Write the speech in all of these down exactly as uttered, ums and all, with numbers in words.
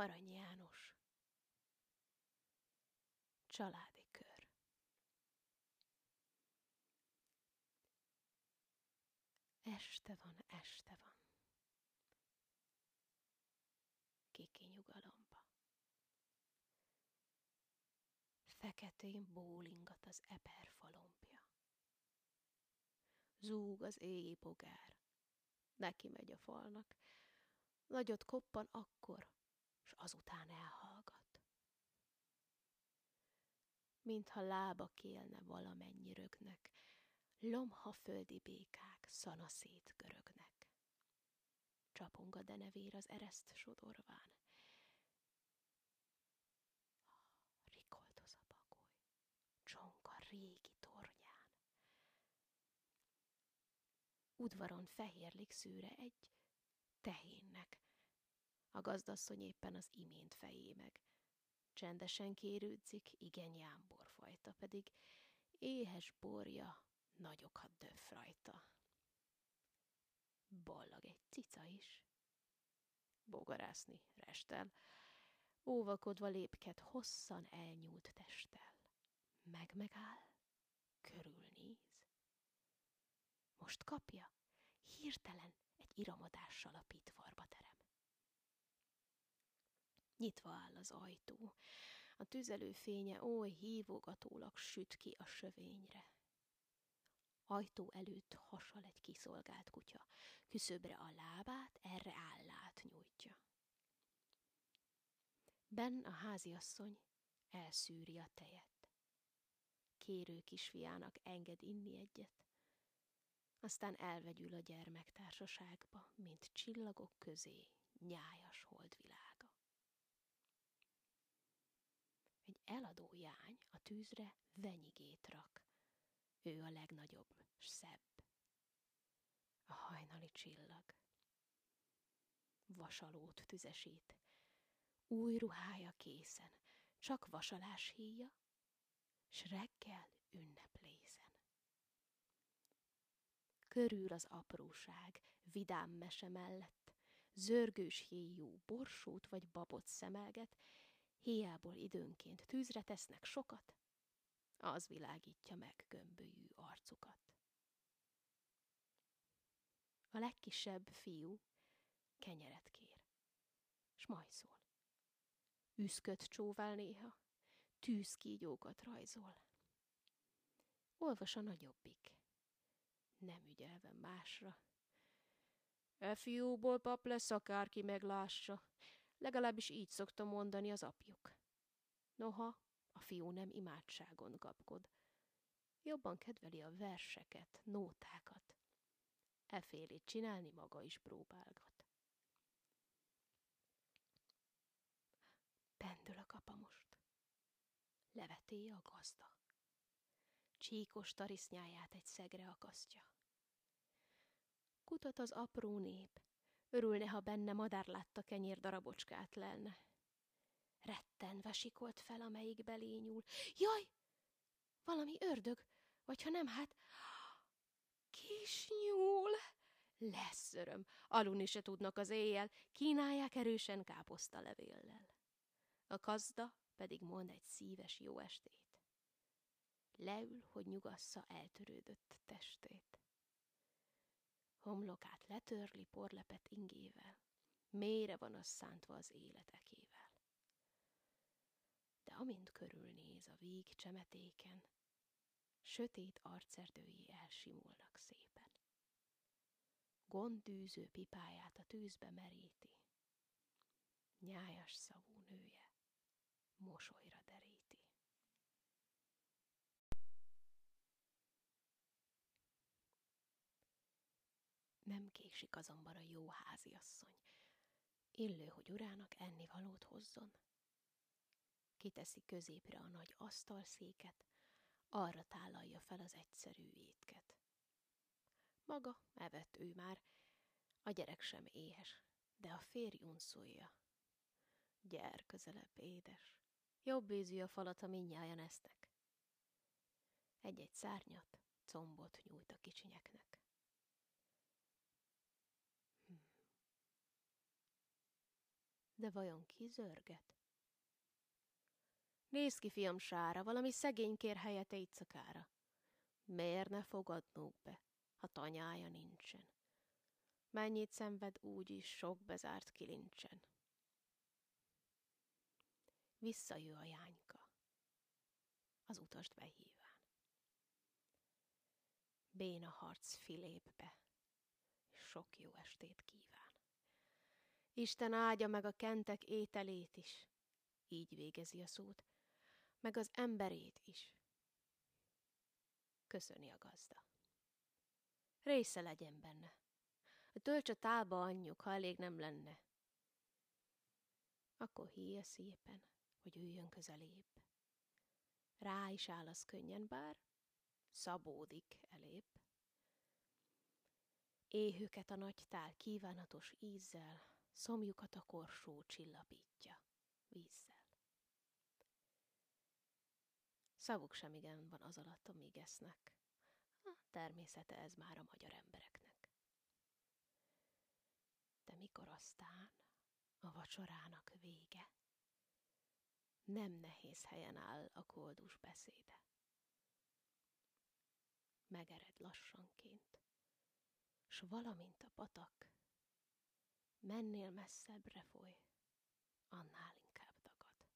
Arany János. Családi kör. Este van, este van. Kiki nyugalomba. Feketén bólingat az eperfa lombja. Zúg az éji bogár. Neki megy a falnak. Nagyot koppan akkor, s azután elhallgat. Mintha lába kélne valamennyi rögnek, lomha földi békák szanaszét görögnek. Csapong a denevér az ereszt sodorván. Rikoltoz a bagoly, csonka régi tornyán. Udvaron fehérlik szőre egy tehénnek. A gazdasszony éppen az imént fejé meg. Csendesen kérődzik, igen jámborfajta, pedig éhes borja nagyokat döf rajta. Ballag egy cica is. Bogarászni restel, óvakodva lépked hosszan elnyúlt testtel. Meg-megáll, körülnéz. Most kapja, hirtelen egy iramodással a pitvarba terem. Nyitva áll az ajtó, a tüzelő fénye oly hívogatólag süt ki a sövényre. Ajtó előtt hasal egy kiszolgált kutya, küszöbre a lábát, erre állát nyújtja. Benn a háziasszony elszűri a tejet. Kérő kisfiának enged inni egyet, aztán elvegyül a gyermektársaságba, mint csillagok közé nyájas holdvilága. Egy eladó jány a tűzre venyigét rak, ő a legnagyobb, s szebb. A hajnali csillag. Vasalót tüzesít, új ruhája készen, csak vasalás híja, s reggel ünneplézen. Körül az apróság, vidám mese mellett, zörgős héjú borsót vagy babot szemelget, héjából időnként tűzre tesznek sokat, az világítja meg gömbölyű arcukat. A legkisebb fiú kenyeret kér, s majd szól. Üszköt csóvál néha, tűzkígyókat rajzol. Olvas a nagyobbik, nem ügyelve másra. E fiúból pap lesz, akárki meglássa, legalábbis így szokta mondani az apjuk. Noha a fiú nem imádságon kapkod, jobban kedveli a verseket, nótákat. Efélét csinálni maga is próbálgat. Pendül a kapa most. Leveté a gazda. Csíkos tarisznyáját egy szegre akasztja. Kutat az apró nép, örülne, ha benne madárlátta kenyér darabocskát lelne. Rettenve sikolt fel, amelyik belényúl. Jaj! Valami ördög, vagy ha nem, hát... Kis nyúl! Lesz öröm, aludni se tudnak az éjjel, kínálják erősen káposztalevéllel. A gazda pedig mond egy szíves jó estét. Leül, hogy nyugassza eltörődött testét. Homlokát letörli porlepet ingével, mélyre van az szántva az életekével. De amint körülnéz a víg csemetéken, sötét arcerdői elsimulnak szépen. Gonddűző pipáját a tűzbe meríti, nyájas szavú nője mosolyra deríti. Nem késik azonban a jó háziasszony. Illő, hogy urának ennivalót hozzon. Kiteszi középre a nagy asztalszéket, arra tálalja fel az egyszerű étket. Maga evett ő már, a gyerek sem éhes, de a férj unszolja. Gyere közelebb, édes, jobb ízű a falat, ha mindnyájan esznek. Egy-egy szárnyat, combot nyújt a kicsinyeknek. De vajon ki zörget? Nézd ki, fiam sára, valami szegény kér helyet éjszakára. Miért ne fogadnók be, ha tanyája nincsen? Mennyit szenved úgyis sok bezárt kilincsen. Visszajő a jányka, az utast behíván. Béna harc Filépbe, és sok jó estét kíván. Isten áldja meg a kentek ételét is, így végezi a szót, meg az emberét is. Köszöni a gazda. Része legyen benne. Tölts a tálba anyjuk, ha elég nem lenne. Akkor hívja szépen, hogy üljön közelébb. Rá is áll az könnyen, bár szabódik elébb. Éhüket a nagy tál kívánatos ízzel, szomjukat a korsó csillapítja vízzel. Szavuk sem igen van az alatt, amíg esznek. A természete ez már a magyar embereknek. De mikor aztán a vacsorának vége, nem nehéz helyen áll a koldus beszéde. Megered lassanként, s valamint a patak, mennél messzebbre foly, annál inkább dagad.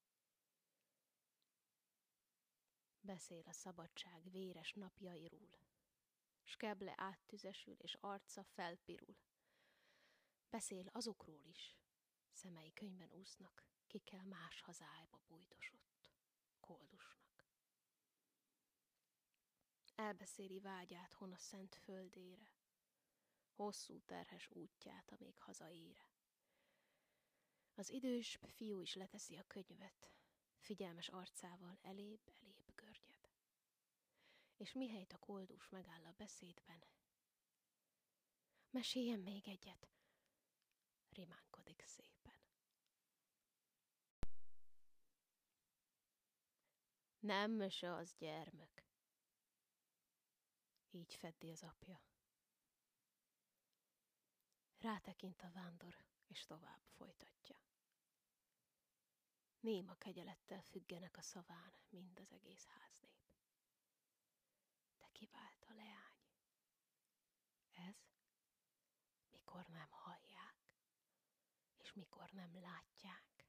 Beszél a szabadság véres napjairól, s keble áttüzesül, és arca felpirul. Beszél azokról is, szemei könyben úsznak, kikkel más hazájba bújdosott, koldusnak. Elbeszéli vágyát hon a szent földére, hosszú terhes útját, amíg hazaére. Az idős fiú is leteszi a könyvet, figyelmes arcával elébb-elébb görnyed. És mihelyt a koldus megáll a beszédben, meséljen még egyet, rimánkodik szépen. Nem mese az gyermek. Így feddi az apja. Rátekint a vándor, és tovább folytatja. Néma kegyelettel függenek a szaván mind az egész háznép. De kivált a leány. Ez, mikor nem hallják, és mikor nem látják.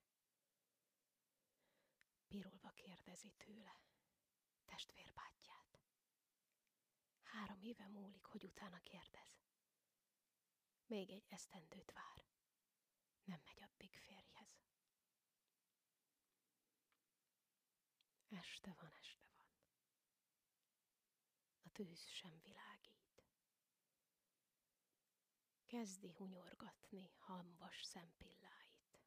Pirulva kérdezi tőle testvérbátyját. Három éve múlik, hogy utána kérdez. Még egy esztendőt vár. Nem megy addig férjhez. Este van, este van. A tűz sem világít. Kezdi hunyorgatni hamvas szempilláit.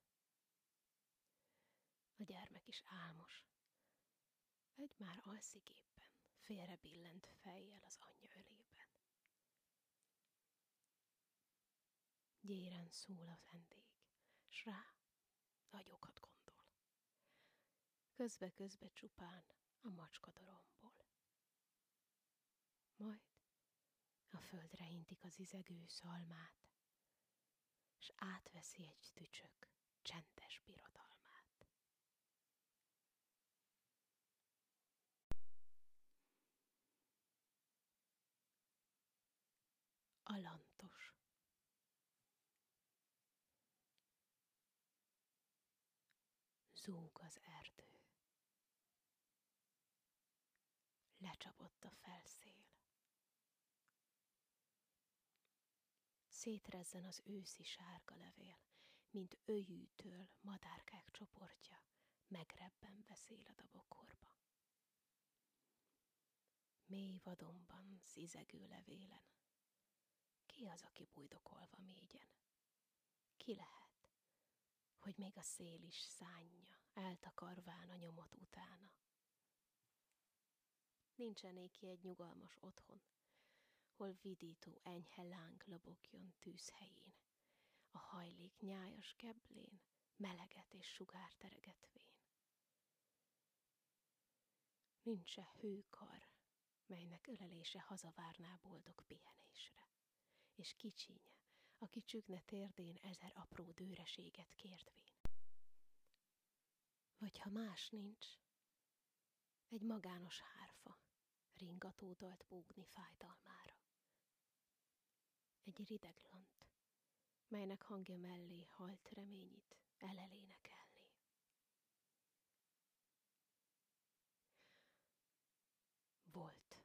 A gyermek is álmos. Egy már alszik éppen, félre billent fejjel az anyja ölében. Gyéren szól a vendég, s rá nagyokat gondol. Közbe-közbe csupán a macska dorombol. Majd a földre intik az izegő szalmát, s átveszi egy tücsök csendes birodalmát. A lantos. Zúg az erdő. Lecsapott a felszél. Szétrezzen az őszi sárga levél, mint öjűtől madárkák csoportja megrebbenve széled a bokorba. Mély vadonban zizegő levélen. Ki az, aki bujdokolva mégyen? Ki lehet, hogy még a szél is szánja, eltakarván a nyomot utána? Nincsen néki egy nyugalmas otthon, hol vidító enyhe láng lobogjon tűzhelyén, a hajlék nyájas keblén, meleget és sugár teregetvén. Nincs-e hőkar, melynek ölelése hazavárná boldog pihenésre, és kicsinye, aki csügne térdén ezer apró dőreséget kértvén. Vagy ha más nincs, egy magános hárfa ringatódalt búgni fájdalmára. Egy rideg lant, melynek hangja mellé halt reményit elelénekelni. Volt.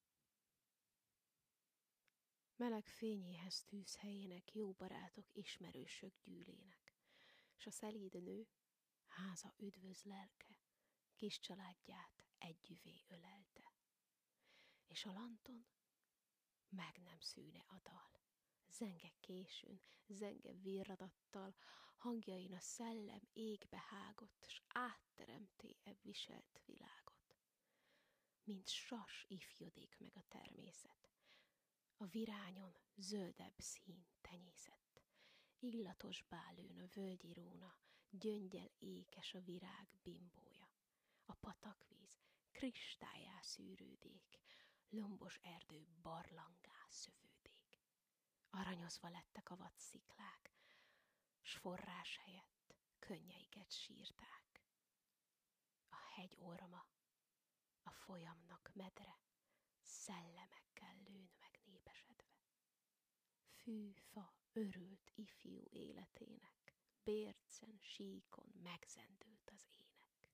Meleg fényéhez tűz helyének jó barátok, ismerősök gyűlének, s a szelíd nő, háza üdvöz lelke, kis családját együvé ölelte. És a lanton meg nem szűne a dal, zenge későn, zenge virradattal, hangjain a szellem égbe hágott, s átteremté-e viselt világot. Mint sas ifjodik meg a természet, a virányon zöldebb szín tenyészett, illatos bálőn a völgyi róna, gyöngyel ékes a virág bimbója. A patakvíz kristályá szűrődék, lombos erdő barlangá szövődék. Aranyozva lettek a vad sziklák, s forrás helyett könnyeiket sírták. A hegy orma, a folyamnak medre, szellemekkel lőn megnépesedve. Fű, fa örült ifjú életének, bércen, síkon megzendült az ének.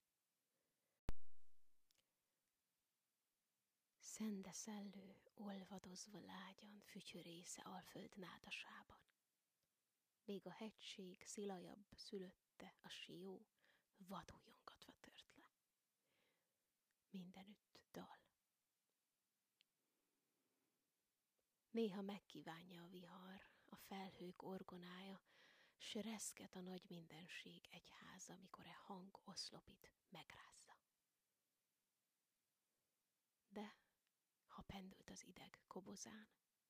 Szende szellő, olvadozva lágyan, fütyörésze alföld nádasában. Még a hegység szilajabb szülötte a sió, vadújongatva tört le. Mindenütt dal. Néha megkívánja a vihar, a felhők orgonája, s reszket a nagy mindenség egyháza, mikor e hang oszlopit megrázza. De, ha pendült az ideg kobozán,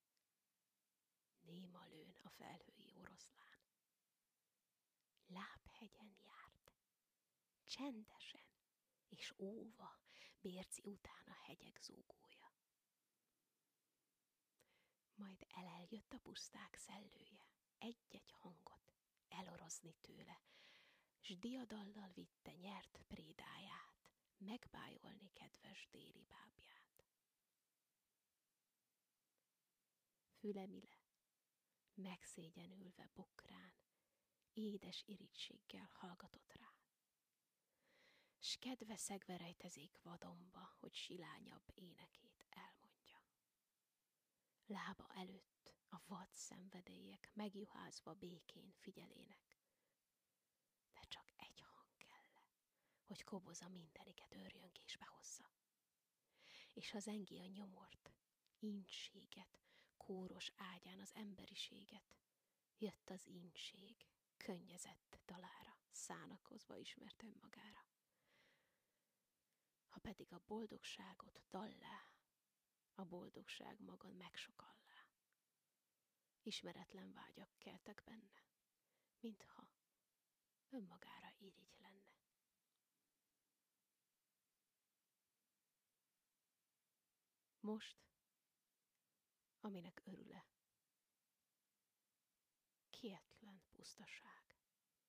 néma lőn a felhői oroszlán. Lábhegyen járt, csendesen, és óva Bérci után a hegyek zúgója. Majd eleljött a puszták szellője, egy-egy hangot elorozni tőle, s diadallal vitte nyert prédáját, megbájolni kedves déli bábját. Fülemile, megszégyenülve bokrán, édes irítséggel hallgatott rá. S kedve szegve rejtezik vadonba, hogy silányabb énekét elmondja. Lába előtt a vad szenvedélyek megjuházva békén figyelének. De csak egy hang kell, hogy koboza mindeniket őrjönkésbe hozza. És ha zengi a nyomort, ínséget, kóros ágyán az emberiséget, jött az ínség, könnyezett dalára, szánakozva ismert önmagára. Ha pedig a boldogságot dallá, a boldogság maga megsokallá. Ismeretlen vágyak keltek benne, mintha önmagára irigy lenne. Most, aminek örül-e, kietlen pusztaság.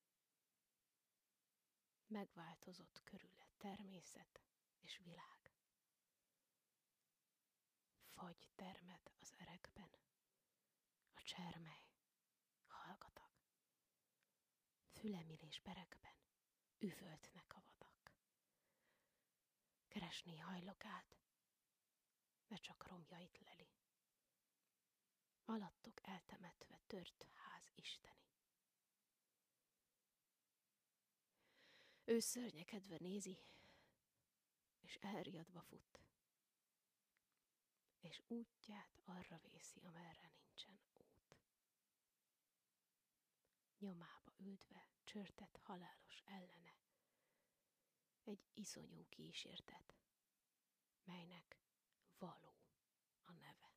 Megváltozott körüle természet és világ. Fagy termed az erekben, a csermely, hallgatag. Fülemilés berekben üvöltnek a vadak. Keresné hajlokát, de csak romjait leli. Alattok eltemetve tört ház isteni. Ő szörnyekedve nézi, és elriadva fut, és útját arra vészi, amerre nincsen út. Nyomába ültve csörtet halálos ellene egy iszonyú kísértet, melynek való a neve.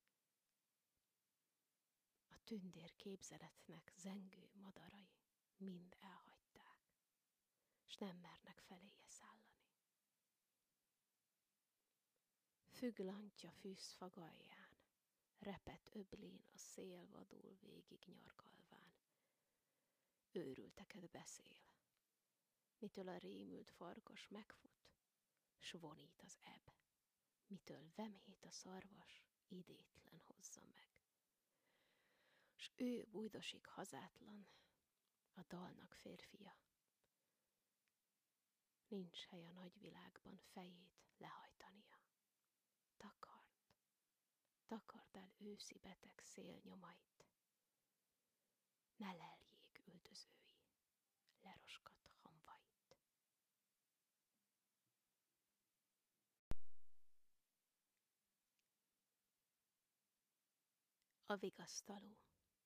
A tündér képzeletnek zengő madarai mind elhagyták, s nem mernek feléje szállani. Függlantja fűzfagalján, repett öblén a szél vadul végig nyargalván. Őrülteket beszél, mitől a rémült farkas megfut, s vonít az eb, mitől vemhét a szarvas idétlen hozza meg. S ő bújdosik hazátlan, a dalnak férfia. Nincs hely a nagyvilágban fejét lehajtania. Takard, takard el őszi beteg szél nyomait. Ne leljék üldözői, leroskat hamvait. A vigasztaló.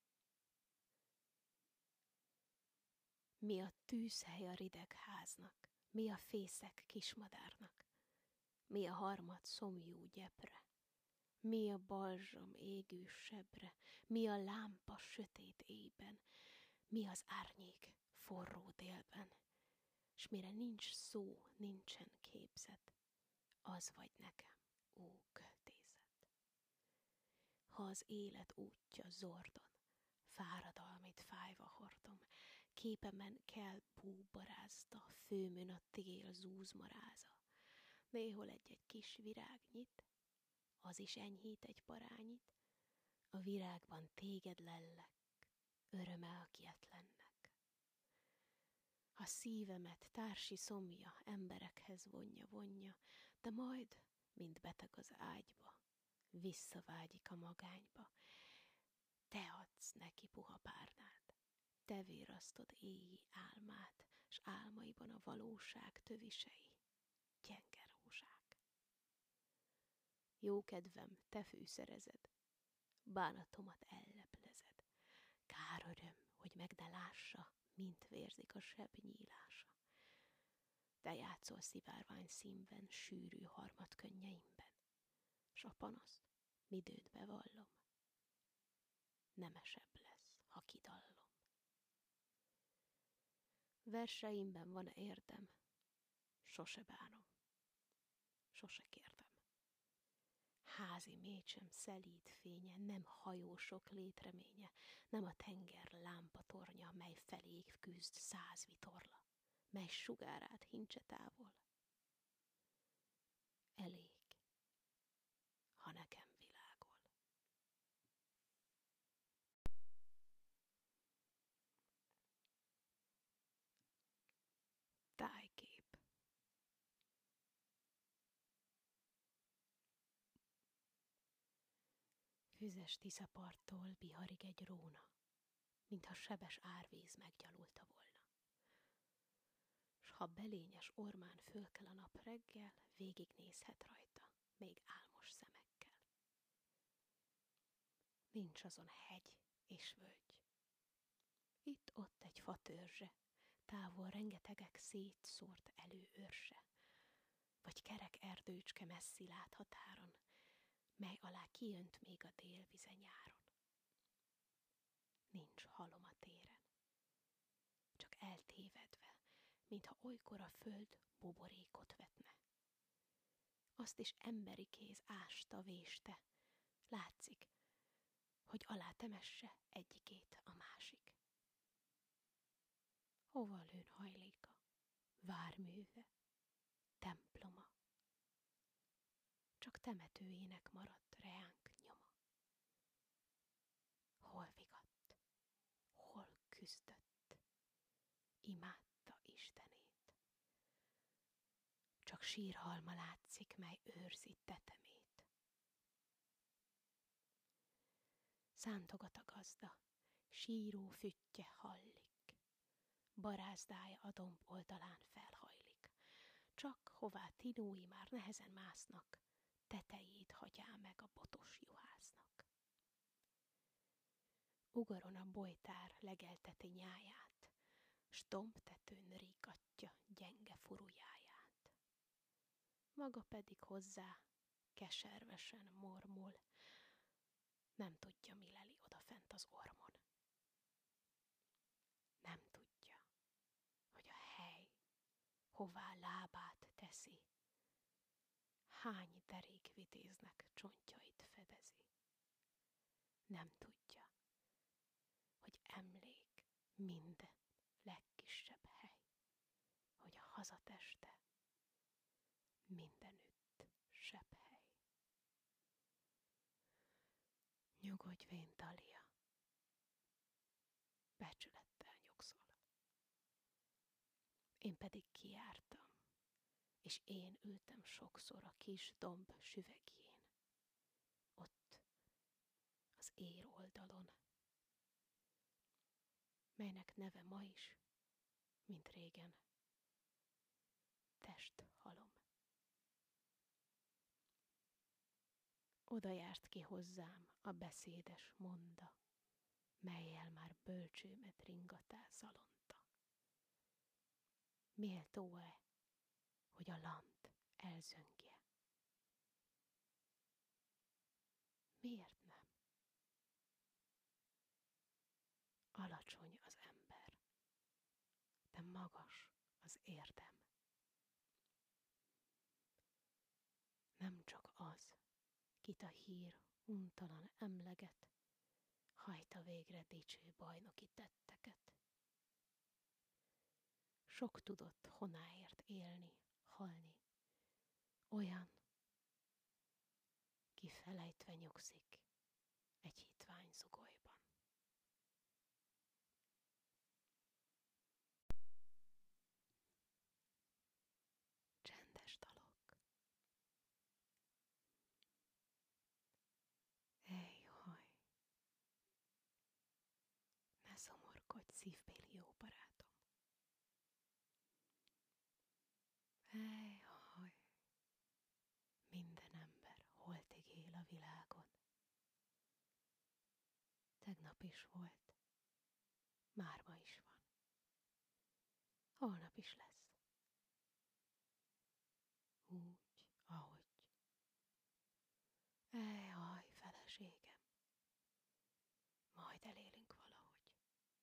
Mi a tűzhely a rideg háznak, mi a fészek kismadárnak, mi a harmad szomjú gyepre, mi a balzsam égő sebre, mi a lámpa sötét éjben, mi az árnyék forró délben, s mire nincs szó, nincsen képzet, az vagy nekem, ó költészet. Ha az élet útja zordon, fáradalmit fájva hordom, képemen kell búbarázda, főmön a tél zúzmaráza. Néhol egy-egy kis virág nyit, az is enyhít egy parányit, a virágban téged lellek, öröme a kietlennek. A szívemet társi szomja emberekhez vonja, vonja, de majd, mint beteg az ágyba, visszavágyik a magányba. Te adsz neki puha párnát, te vérasztod éji álmát, s álmaiban a valóság tövisei, gyenge rózsák. Jó kedvem, te fűszerezed, bánatomat elleplezed. Kár öröm, hogy meg ne lássa, mint vérzik a seb nyílása. Te játszol szivárvány színben, sűrű harmad könnyeimben, s a panaszt midőt bevallom, nemesebb lesz, ha kidallom. Verseimben van érdem, sose bánom, sose kérdem. Házi mécsem szelíd fénye, nem hajósok létreménye, nem a tenger lámpatornya, mely felé küzd száz vitorla, mely sugárát hincse távol. Elég, ha nekem világol. Tájkép. Füzes Tiszaparttól Biharig egy róna, mintha sebes árvíz meggyalulta volna. S ha belényes ormán fölkel a nap reggel, végignézhet rajta, még álmos szemekkel. Nincs azon hegy és völgy. Itt-ott egy fatörzse, távol rengetegek szétszórt előőrse, vagy kerek erdőcske messzi láthatáron, mely alá kijönt még a délvize nyáron. Nincs halom a téren, csak eltévedve, mintha olykor a föld buborékot vetne. Azt is emberi kéz ásta, véste, látszik, hogy alá temesse egyikét a másik. Hova lőn hajléka, várműve, temploma? Csak temetőjének maradt reánk nyoma. Hol vigadt, hol küzdött, imádta Istenét. Csak sírhalma látszik, mely őrzi tetemét. Szántogat a gazda, síró füttye hallik, barázdája a domb oldalán felhajlik. Csak hová tinói már nehezen másznak, tetejét hagyá meg a botos juhásznak. Ugaron a bojtár legelteti nyáját, s dombtetőn rígatja gyenge furujáját. Maga pedig hozzá keservesen mormol, nem tudja, mi leli odafent az ormon. Nem tudja, hogy a hely, hová lábát teszi, hány derék vitéznek csontjait fedezi. nem tudja, hogy emlék minden legkisebb hely, hogy a hazateste mindenütt sebb hely. Nyugodj vén, Talia, becsülettel nyugszol. Én pedig kijártam, és én ültem sokszor a kis domb süvegjén, ott az ér oldalon, melynek neve ma is, mint régen, testhalom. Oda járt ki hozzám a beszédes monda, mellyel már bölcsőmet ringatál szalonta. Méltó-e, hogy a lant elzöngje? Miért nem? Alacsony az ember, de magas az érdem. Nem csak az, kit a hír untalan emleget, hajta végre dicső bajnoki tetteket. Sok tudott honáért élni, halni, olyan, ki felejtve nyugszik egy hitvány zugolyban. Csendes dalok. Ej, haj! Ne szomorkodj, szívbéli jó barátom! Ej, haj! Minden ember holtig él a világon. Tegnap is volt, már ma is van. Holnap is lesz. Úgy, ahogy. Ej, haj, feleségem! Majd elélünk valahogy.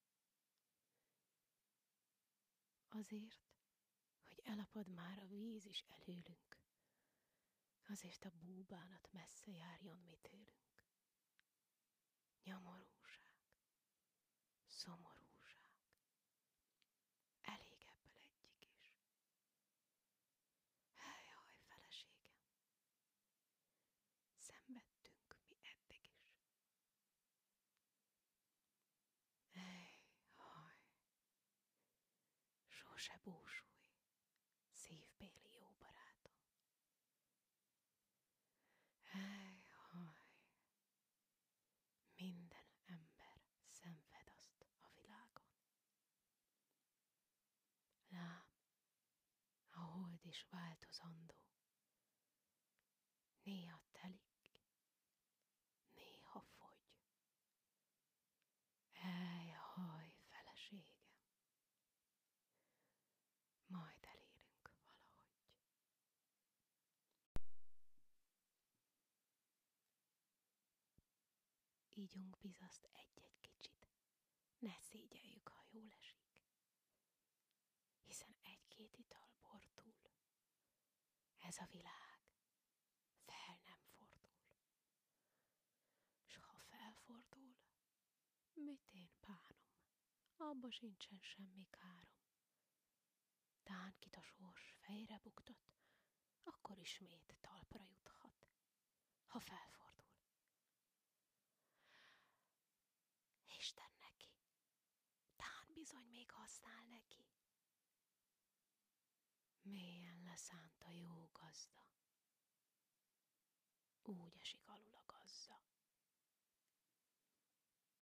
Azért, hogy elapad már a víz is előlünk, azért a búbánat messze járjon mi tőlünk. Nyomorúság, szomorúság, elég ebből egyik is. Hely-haj, feleségem, szenvedtünk mi eddig is. Hely-haj, sose búsulj, szívbéli jó barátom. Hely-haj, minden ember szenved azt a világon. Lám, a hold is változandó. Néha telik, néha fogy. Hely-haj, feleségem, majd elérünk valahogy. Ígyunk bizaszt egy-egy kicsit, ne szégyeljük, ha jól esik. Hiszen egy-két ital bortul, ez a világ fel nem fordul. S ha felfordul, mit én bánom, abba sincsen semmi károm. Tán kit a sors fejre buktat, akkor ismét talpra juthat, ha felfordul. Isten neki, tán bizony még használ neki. Mélyen leszánt a jó gazda, úgy esik alul a gazda.